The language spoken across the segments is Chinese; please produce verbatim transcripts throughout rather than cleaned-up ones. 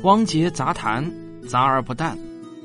汪杰杂谈，杂而不淡。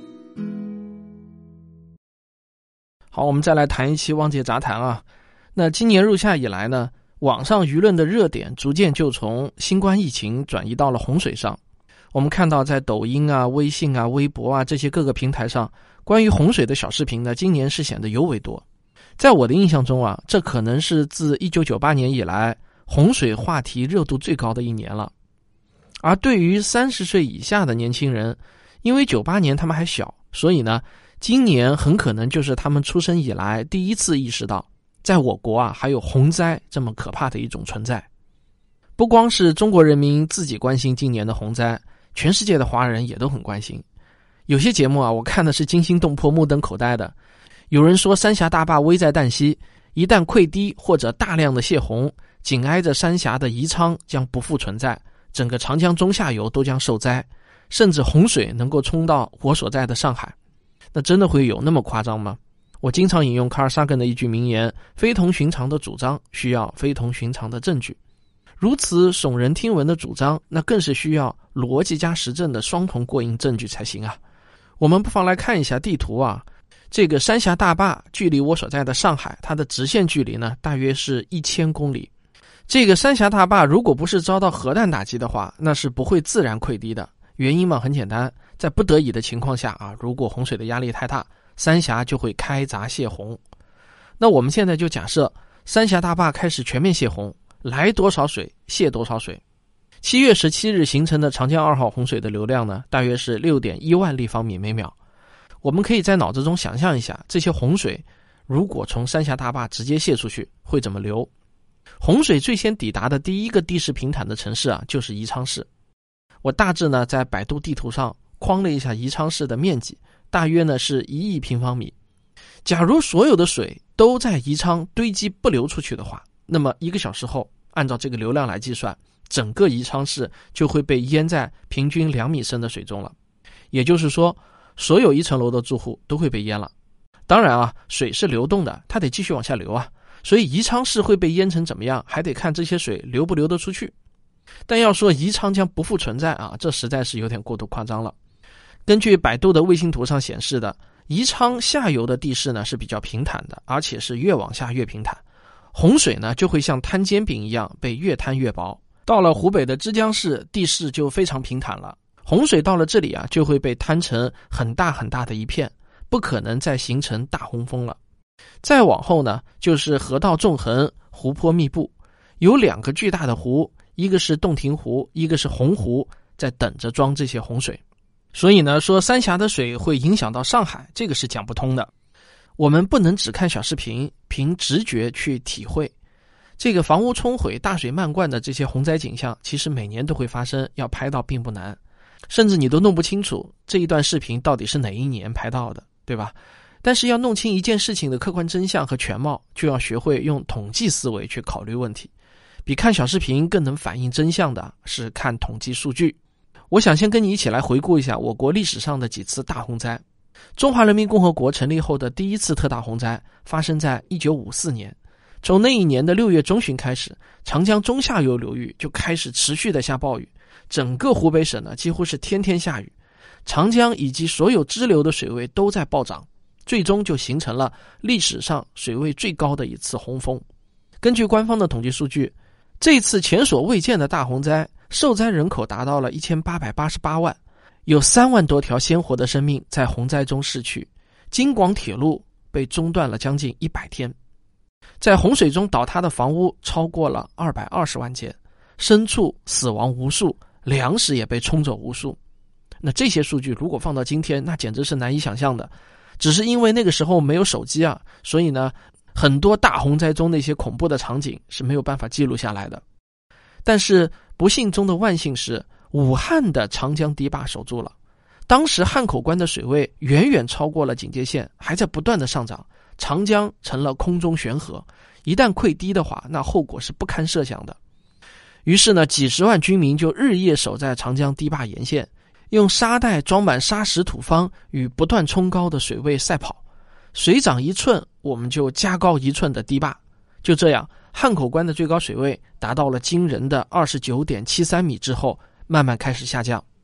好，我们再来谈一期汪杰杂谈啊。那今年入夏以来呢，网上舆论的热点逐渐就从新冠疫情转移到了洪水上。我们看到在抖音啊、微信啊、微博啊这些各个平台上，关于洪水的小视频呢，今年是显得尤为多。在我的印象中啊，这可能是自一九九八年以来洪水话题热度最高的一年了。而对于三十岁以下的年轻人，因为九八年他们还小，所以呢，今年很可能就是他们出生以来第一次意识到，在我国啊还有洪灾这么可怕的一种存在。不光是中国人民自己关心今年的洪灾，全世界的华人也都很关心。有些节目啊，我看的是惊心动魄、目瞪口呆的。有人说三峡大坝危在旦夕，一旦溃堤或者大量的泄洪，紧挨着三峡的宜昌将不复存在，整个长江中下游都将受灾，甚至洪水能够冲到我所在的上海。那真的会有那么夸张吗？我经常引用卡尔萨根的一句名言，非同寻常的主张需要非同寻常的证据。如此耸人听闻的主张，那更是需要逻辑加实证的双重过硬证据才行啊。我们不妨来看一下地图啊，这个三峡大坝距离我所在的上海，它的直线距离呢大约是一千公里。这个三峡大坝如果不是遭到核弹打击的话，那是不会自然溃堤的。原因嘛很简单，在不得已的情况下啊，如果洪水的压力太大，三峡就会开闸泄洪。那我们现在就假设三峡大坝开始全面泄洪，来多少水泄多少水。七月十七日形成的长江二号洪水的流量呢，大约是 六点一万立方米每秒。我们可以在脑子中想象一下，这些洪水如果从三峡大坝直接泄出去会怎么流。洪水最先抵达的第一个地势平坦的城市啊，就是宜昌市。我大致呢在百度地图上框了一下宜昌市的面积，大约呢是一亿平方米。假如所有的水都在宜昌堆积不流出去的话，那么一个小时后，按照这个流量来计算，整个宜昌市就会被淹在平均两米深的水中了。也就是说，所有一层楼的住户都会被淹了。当然啊，水是流动的，它得继续往下流啊。所以宜昌市会被淹成怎么样，还得看这些水流不流得出去。但要说宜昌将不复存在啊，这实在是有点过度夸张了。根据百度的卫星图上显示的，宜昌下游的地势呢是比较平坦的，而且是越往下越平坦。洪水呢就会像摊煎饼一样被越摊越薄。到了湖北的枝江市，地势就非常平坦了。洪水到了这里啊，就会被摊成很大很大的一片，不可能再形成大洪峰了。再往后呢，就是河道纵横，湖泊密布，有两个巨大的湖，一个是洞庭湖，一个是洪湖，在等着装这些洪水。所以呢，说三峡的水会影响到上海，这个是讲不通的。我们不能只看小视频，凭直觉去体会。这个房屋冲毁、大水漫灌的这些洪灾景象，其实每年都会发生，要拍到并不难。甚至你都弄不清楚这一段视频到底是哪一年拍到的，对吧？但是要弄清一件事情的客观真相和全貌，就要学会用统计思维去考虑问题。比看小视频更能反映真相的是看统计数据。我想先跟你一起来回顾一下我国历史上的几次大洪灾。中华人民共和国成立后的第一次特大洪灾发生在一九五四年。从那一年的六月中旬开始，长江中下游流域就开始持续的下暴雨，整个湖北省呢几乎是天天下雨，长江以及所有支流的水位都在暴涨，最终就形成了历史上水位最高的一次洪峰。根据官方的统计数据，这次前所未见的大洪灾，受灾人口达到了一千八百八十八万，有三万多条鲜活的生命在洪灾中逝去，京广铁路被中断了将近一百天。在洪水中倒塌的房屋超过了二百二十万间，牲畜死亡无数，粮食也被冲走无数。那这些数据如果放到今天，那简直是难以想象的。只是因为那个时候没有手机啊，所以呢，很多大洪灾中那些恐怖的场景是没有办法记录下来的。但是不幸中的万幸是，武汉的长江堤坝守住了。当时汉口关的水位远远超过了警戒线，还在不断的上涨，长江成了空中悬河，一旦溃堤的话，那后果是不堪设想的。于是呢，几十万军民就日夜守在长江堤坝沿线，用沙袋装满沙石土方，与不断冲高的水位赛跑。水涨一寸，我们就加高一寸的堤坝。就这样，汉口关的最高水位达到了惊人的 二十九点七三米之后，慢慢开始下降。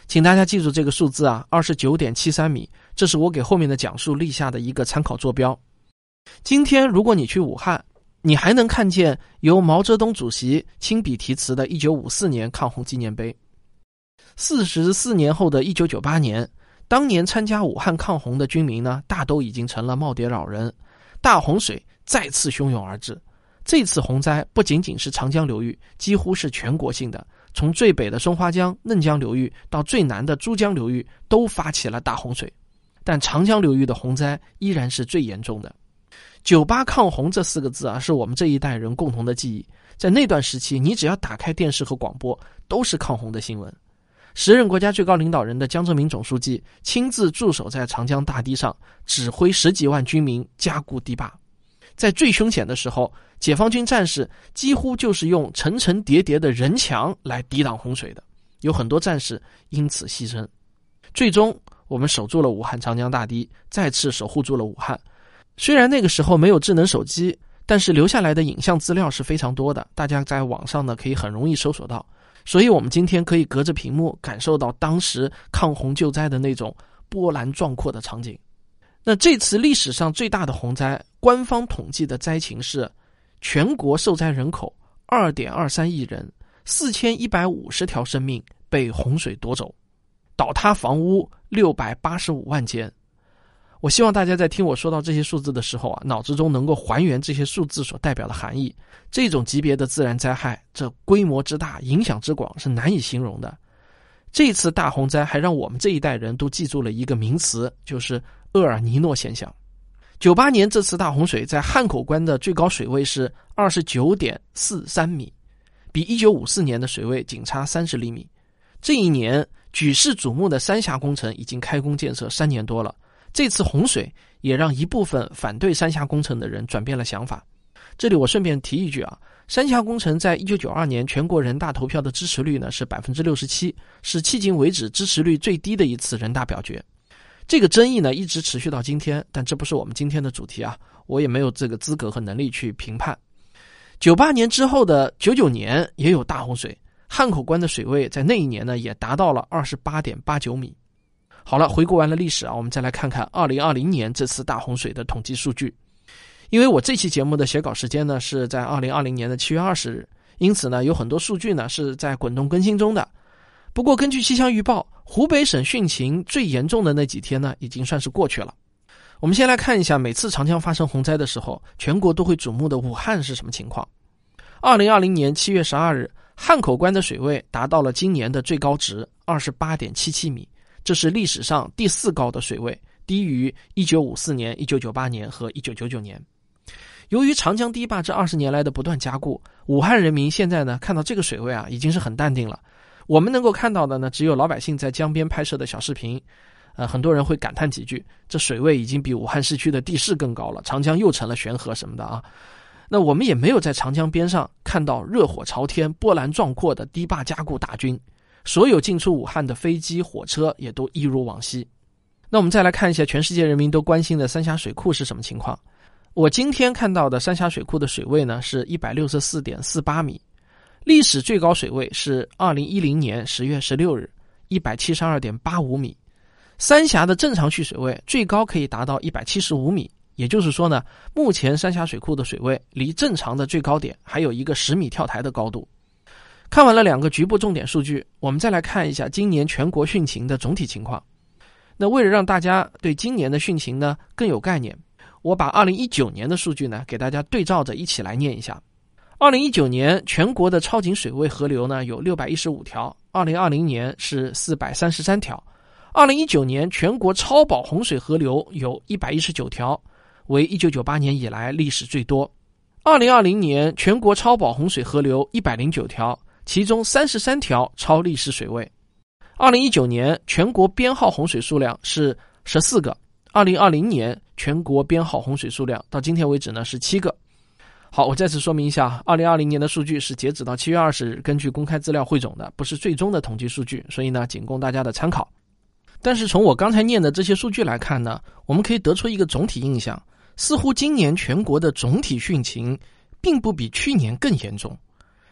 请大家记住这个数字啊， 二十九点七三米，这是我给后面的讲述立下的一个参考坐标。今天如果你去武汉，你还能看见由毛泽东主席亲笔题词的一九五四年抗洪纪念碑。四十四年后的一九九八年，当年参加武汉抗洪的军民呢，大都已经成了耄耋老人，大洪水再次汹涌而至。这次洪灾不仅仅是长江流域，几乎是全国性的，从最北的松花江、嫩江流域到最南的珠江流域都发起了大洪水，但长江流域的洪灾依然是最严重的。九八抗洪这四个字啊，是我们这一代人共同的记忆。在那段时期，你只要打开电视和广播，都是抗洪的新闻。时任国家最高领导人的江泽民总书记亲自驻守在长江大堤上，指挥十几万军民加固堤坝。在最凶险的时候，解放军战士几乎就是用层层叠叠的人墙来抵挡洪水的，有很多战士因此牺牲。最终我们守住了武汉长江大堤，再次守护住了武汉。虽然那个时候没有智能手机，但是留下来的影像资料是非常多的，大家在网上呢可以很容易搜索到，所以我们今天可以隔着屏幕感受到当时抗洪救灾的那种波澜壮阔的场景。那这次历史上最大的洪灾，官方统计的灾情是全国受灾人口 二点二三亿人，四千一百五十条生命被洪水夺走，倒塌房屋六百八十五万间。我希望大家在听我说到这些数字的时候啊，脑子中能够还原这些数字所代表的含义。这种级别的自然灾害，这规模之大，影响之广，是难以形容的。这次大洪灾还让我们这一代人都记住了一个名词，就是厄尔尼诺现象。九八年这次大洪水在汉口关的最高水位是 二十九点四三米，比一九五四年的水位仅差三十厘米。这一年举世瞩目的三峡工程已经开工建设三年多了，这次洪水也让一部分反对三峡工程的人转变了想法。这里我顺便提一句啊，三峡工程在一九九二年全国人大投票的支持率呢是 百分之六十七， 是迄今为止支持率最低的一次人大表决。这个争议呢一直持续到今天，但这不是我们今天的主题啊，我也没有这个资格和能力去评判。九八年之后的九九年也有大洪水，汉口关的水位在那一年呢也达到了 二十八点八九米。好了，回顾完了历史啊，我们再来看看二零二零年这次大洪水的统计数据。因为我这期节目的写稿时间呢是在二零二零年的七月二十日，因此呢有很多数据呢是在滚动更新中的。不过根据气象预报，湖北省汛情最严重的那几天呢已经算是过去了。我们先来看一下每次长江发生洪灾的时候，全国都会瞩目的武汉是什么情况。二零二零年七月十二日，汉口关的水位达到了今年的最高值 二十八点七七米，这是历史上第四高的水位，低于一九五四年、一九九八年和一九九九年。由于长江堤坝这二十年来的不断加固，武汉人民现在呢看到这个水位啊已经是很淡定了。我们能够看到的呢只有老百姓在江边拍摄的小视频，呃，很多人会感叹几句，这水位已经比武汉市区的地势更高了，长江又成了悬河什么的啊。那我们也没有在长江边上看到热火朝天、波澜壮阔的堤坝加固大军，所有进出武汉的飞机、火车也都一如往昔。那我们再来看一下全世界人民都关心的三峡水库是什么情况。我今天看到的三峡水库的水位呢是 一百六十四点四八米，历史最高水位是二零一零年十月十六日 一百七十二点八五米。三峡的正常蓄水位最高可以达到一百七十五米，也就是说呢，目前三峡水库的水位离正常的最高点还有一个十米跳台的高度。看完了两个局部重点数据，我们再来看一下今年全国汛情的总体情况。那为了让大家对今年的汛情呢更有概念，我把二零一九年的数据呢给大家对照着一起来念一下。二零一九年全国的超警水位河流呢有六百一十五条，二零二零年是四百三十三条。二零一九年全国超保洪水河流有一百一十九条，为一九九八年以来历史最多。二零二零年全国超保洪水河流一百零九条，其中三十三条超历史水位。二零一九年全国编号洪水数量是十四个，二零二零年全国编号洪水数量到今天为止呢是七个。好，我再次说明一下，二零二零年的数据是截止到七月二十日根据公开资料汇总的，不是最终的统计数据，所以呢仅供大家的参考。但是从我刚才念的这些数据来看呢，我们可以得出一个总体印象，似乎今年全国的总体汛情并不比去年更严重。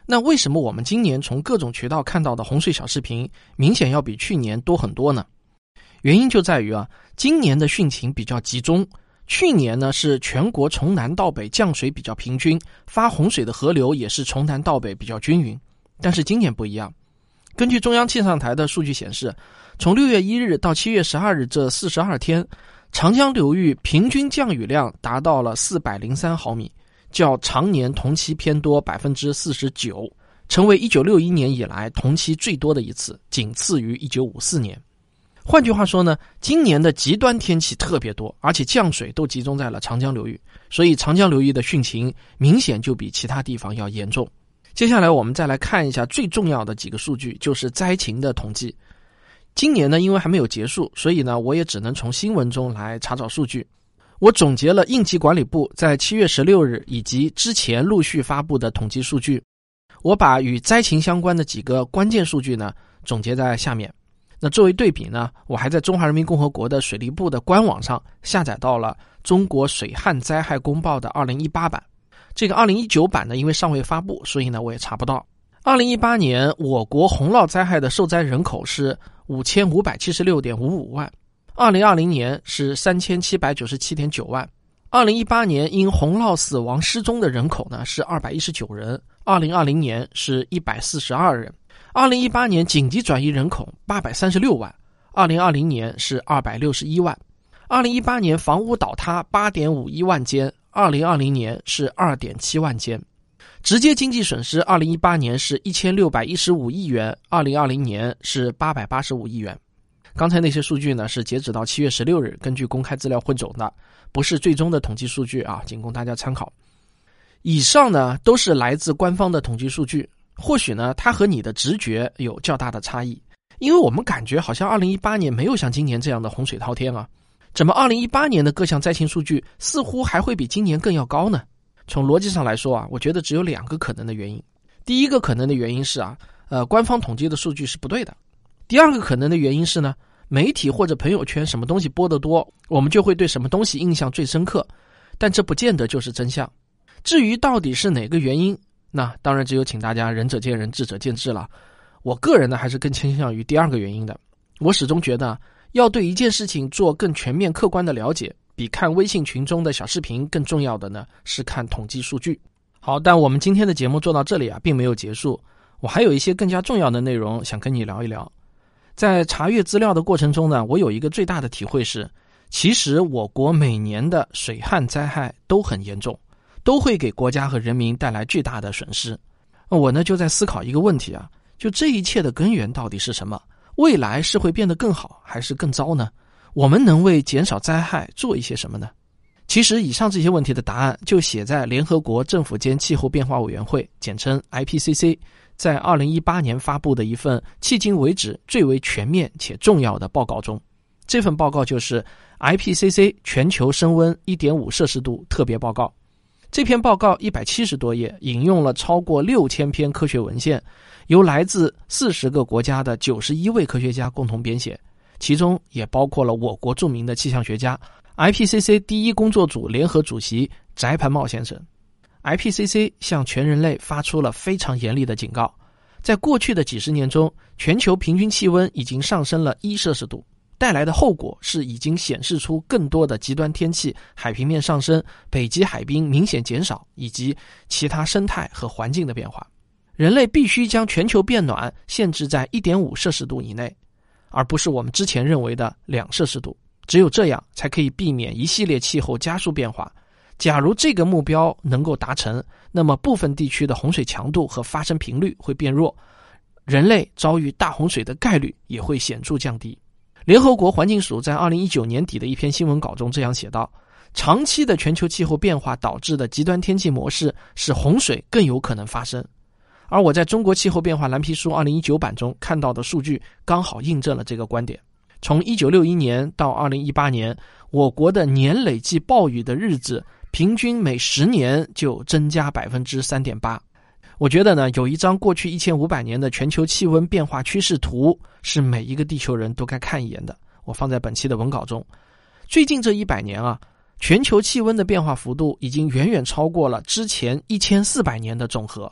那为什么我们今年从各种渠道看到的洪水小视频明显要比去年多很多呢？原因就在于啊，今年的汛情比较集中，去年呢是全国从南到北降水比较平均，发洪水的河流也是从南到北比较均匀。但是今年不一样，根据中央气象台的数据显示，从六月一日到七月十二日这四十二天，长江流域平均降雨量达到了四百零三毫米，较常年同期偏多 百分之四十九， 成为一九六一年以来同期最多的一次，仅次于一九五四年。换句话说呢，今年的极端天气特别多，而且降水都集中在了长江流域，所以长江流域的汛情明显就比其他地方要严重。接下来我们再来看一下最重要的几个数据，就是灾情的统计。今年呢，因为还没有结束，所以呢，我也只能从新闻中来查找数据。我总结了应急管理部在七月十六日以及之前陆续发布的统计数据，我把与灾情相关的几个关键数据呢总结在下面。那作为对比呢，我还在中华人民共和国的水利部的官网上下载到了中国水旱灾害公报的二零一八版。这个二零一九版呢，因为尚未发布，所以呢我也查不到。二零一八年我国洪涝灾害的受灾人口是 五千五百七十六点五五万，二零二零年是 三千七百九十七点九万。二零一八年因洪涝死亡失踪的人口呢是二百一十九人，二零二零年是一百四十二人。二零一八年紧急转移人口八百三十六万，二零二零年是二百六十一万。二零一八年房屋倒塌 八点五一万间，二零二零年是 二点七万间。直接经济损失二零一八年是一千六百一十五亿元，二零二零年是八百八十五亿元。刚才那些数据呢是截止到七月十六日根据公开资料汇总的，不是最终的统计数据啊，仅供大家参考。以上呢都是来自官方的统计数据，或许呢它和你的直觉有较大的差异，因为我们感觉好像二零一八年没有像今年这样的洪水滔天啊，怎么二零一八年的各项灾情数据似乎还会比今年更要高呢？从逻辑上来说啊，我觉得只有两个可能的原因。第一个可能的原因是啊，呃，官方统计的数据是不对的。第二个可能的原因是呢，媒体或者朋友圈什么东西播得多，我们就会对什么东西印象最深刻，但这不见得就是真相。至于到底是哪个原因，那当然只有请大家仁者见仁，智者见智了。我个人呢还是更倾向于第二个原因的。我始终觉得要对一件事情做更全面客观的了解，比看微信群中的小视频更重要的呢是看统计数据。好，但我们今天的节目做到这里啊并没有结束，我还有一些更加重要的内容想跟你聊一聊。在查阅资料的过程中呢，我有一个最大的体会是，其实我国每年的水旱灾害都很严重，都会给国家和人民带来巨大的损失。我呢就在思考一个问题啊，就这一切的根源到底是什么？未来是会变得更好还是更糟呢？我们能为减少灾害做一些什么呢？其实以上这些问题的答案就写在联合国政府间气候变化委员会简称 I P C C 在二零一八年发布的一份迄今为止最为全面且重要的报告中。这份报告就是 I P C C 全球升温 一点五摄氏度特别报告。这篇报告一百七十多页，引用了超过六千篇科学文献，由来自四十个国家的九十一位科学家共同编写，其中也包括了我国著名的气象学家 I P C C 第一工作组联合主席翟盘茂先生。 I P C C 向全人类发出了非常严厉的警告，在过去的几十年中，全球平均气温已经上升了一摄氏度，带来的后果是已经显示出更多的极端天气、海平面上升、北极海冰明显减少以及其他生态和环境的变化。人类必须将全球变暖限制在 一点五摄氏度以内，而不是我们之前认为的两摄氏度。只有这样才可以避免一系列气候加速变化。假如这个目标能够达成，那么部分地区的洪水强度和发生频率会变弱，人类遭遇大洪水的概率也会显著降低。联合国环境署在二零一九年底的一篇新闻稿中这样写道，长期的全球气候变化导致的极端天气模式使洪水更有可能发生。而我在中国气候变化蓝皮书二零一九版中看到的数据刚好印证了这个观点。从一九六一年到二零一八年，我国的年累计暴雨的日子平均每十年就增加 百分之三点八。 我觉得呢，有一张过去一千五百年的全球气温变化趋势图是每一个地球人都该看一眼的，我放在本期的文稿中。最近这一百年啊，全球气温的变化幅度已经远远超过了之前一千四百年的总和。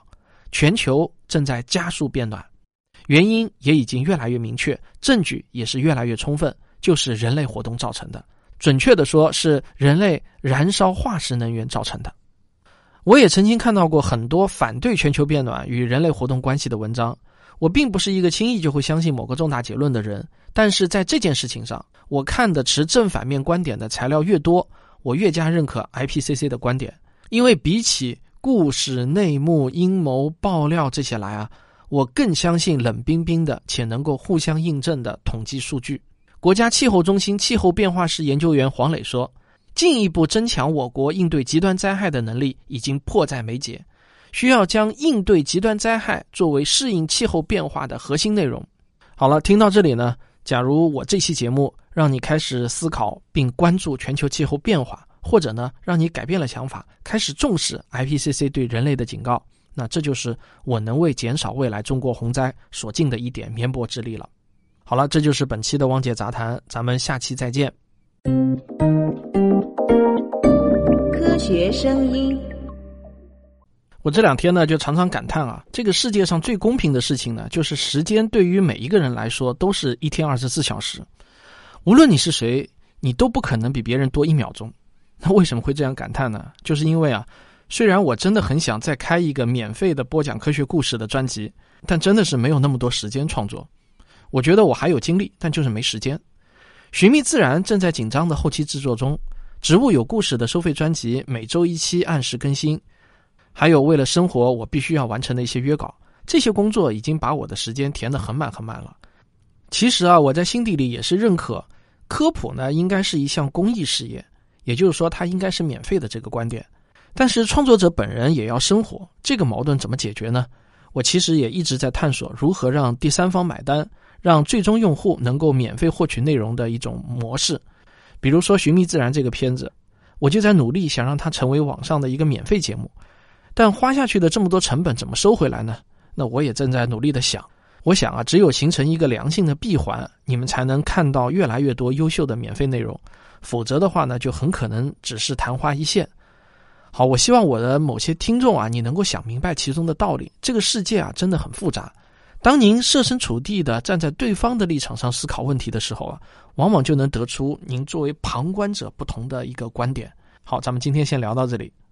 全球正在加速变暖，原因也已经越来越明确，证据也是越来越充分，就是人类活动造成的。准确的说，是人类燃烧化石能源造成的。我也曾经看到过很多反对全球变暖与人类活动关系的文章，我并不是一个轻易就会相信某个重大结论的人，但是在这件事情上，我看的持正反面观点的材料越多，我越加认可 I P C C 的观点。因为比起故事、内幕、阴谋、爆料这些来啊，我更相信冷冰冰的且能够互相印证的统计数据。国家气候中心气候变化室研究员黄磊说，进一步增强我国应对极端灾害的能力已经迫在眉睫，需要将应对极端灾害作为适应气候变化的核心内容。好了，听到这里呢，假如我这期节目让你开始思考并关注全球气候变化，或者呢让你改变了想法，开始重视 I P C C 对人类的警告，那这就是我能为减少未来中国洪灾所尽的一点绵薄之力了。好了，这就是本期的汪姐杂谈，咱们下期再见。 科学声音。 我这两天呢就常常感叹啊，这个世界上最公平的事情呢，就是时间对于每一个人来说都是一天二十四小时，无论你是谁，你都不可能比别人多一秒钟。那为什么会这样感叹呢？就是因为啊，虽然我真的很想再开一个免费的播讲科学故事的专辑，但真的是没有那么多时间创作。我觉得我还有精力，但就是没时间。寻觅自然正在紧张的后期制作中，植物有故事的收费专辑每周一期按时更新，还有为了生活我必须要完成的一些约稿，这些工作已经把我的时间填得很满很满了。其实啊，我在心底里也是认可科普呢应该是一项公益事业，也就是说它应该是免费的这个观点。但是创作者本人也要生活，这个矛盾怎么解决呢？我其实也一直在探索如何让第三方买单，让最终用户能够免费获取内容的一种模式。比如说寻觅自然这个片子，我就在努力想让它成为网上的一个免费节目，但花下去的这么多成本怎么收回来呢？那我也正在努力的想。我想啊，只有形成一个良性的闭环，你们才能看到越来越多优秀的免费内容，否则的话呢，就很可能只是昙花一现。好，我希望我的某些听众啊，你能够想明白其中的道理。这个世界啊，真的很复杂。当您设身处地的站在对方的立场上思考问题的时候啊，往往就能得出您作为旁观者不同的一个观点。好，咱们今天先聊到这里。